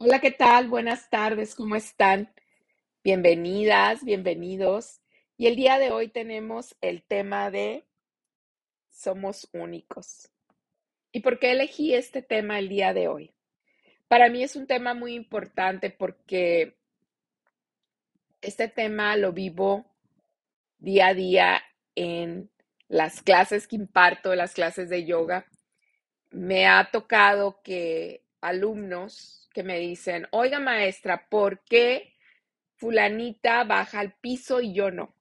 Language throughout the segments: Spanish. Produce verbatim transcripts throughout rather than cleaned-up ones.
Hola, ¿qué tal? Buenas tardes, ¿cómo están? Bienvenidas, bienvenidos. Y el día de hoy tenemos el tema de somos únicos. ¿Y por qué elegí este tema el día de hoy? Para mí es un tema muy importante porque este tema lo vivo día a día en las clases que imparto, las clases de yoga. Me ha tocado que alumnos que me dicen, oiga maestra, ¿por qué fulanita baja al piso y yo no?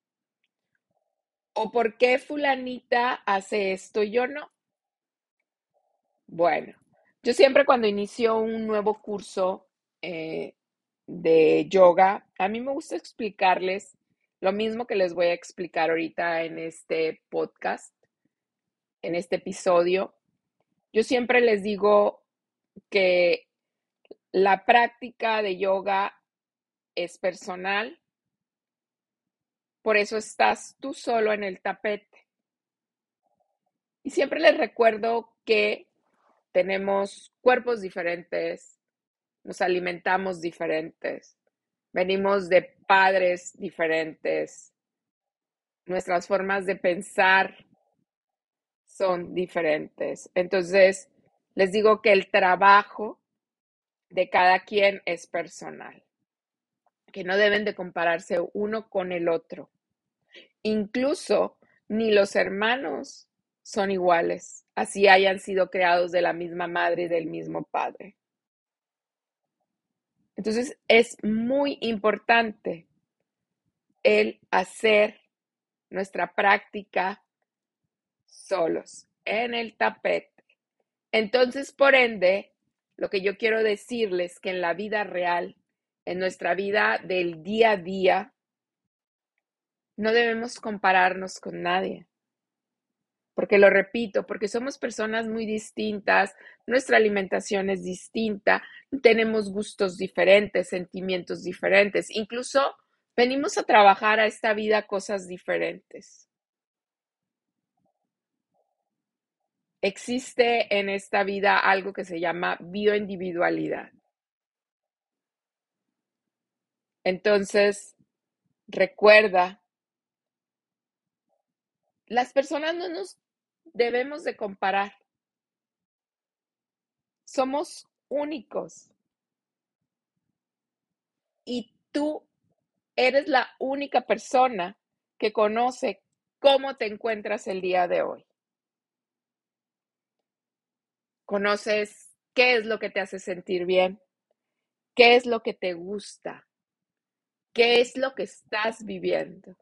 ¿O por qué fulanita hace esto y yo no? Bueno, yo siempre cuando inicio un nuevo curso eh, de yoga, a mí me gusta explicarles lo mismo que les voy a explicar ahorita en este podcast, en este episodio. Yo siempre les digo que la práctica de yoga es personal, por eso estás tú solo en el tapete. Y siempre les recuerdo que tenemos cuerpos diferentes, nos alimentamos diferentes, venimos de padres diferentes, nuestras formas de pensar son diferentes. Entonces, les digo que el trabajo de cada quien es personal, que no deben de compararse uno con el otro. Incluso ni los hermanos son iguales, así hayan sido creados de la misma madre y del mismo padre. Entonces es muy importante el hacer nuestra práctica solos, en el tapete. Entonces, por ende, lo que yo quiero decirles que en la vida real, en nuestra vida del día a día, no debemos compararnos con nadie. Porque lo repito, porque somos personas muy distintas, nuestra alimentación es distinta, tenemos gustos diferentes, sentimientos diferentes, incluso venimos a trabajar a esta vida cosas diferentes. Existe en esta vida algo que se llama bioindividualidad. Entonces, recuerda, las personas no nos debemos de comparar. Somos únicos y tú eres la única persona que conoce cómo te encuentras el día de hoy. Conoces qué es lo que te hace sentir bien, qué es lo que te gusta, qué es lo que estás viviendo.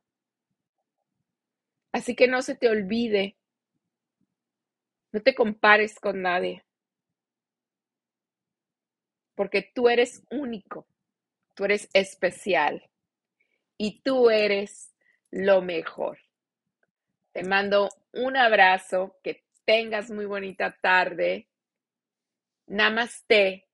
Así que no se te olvide, no te compares con nadie, porque tú eres único, tú eres especial y tú eres lo mejor. Te mando un abrazo, que tengas muy bonita tarde. Namaste.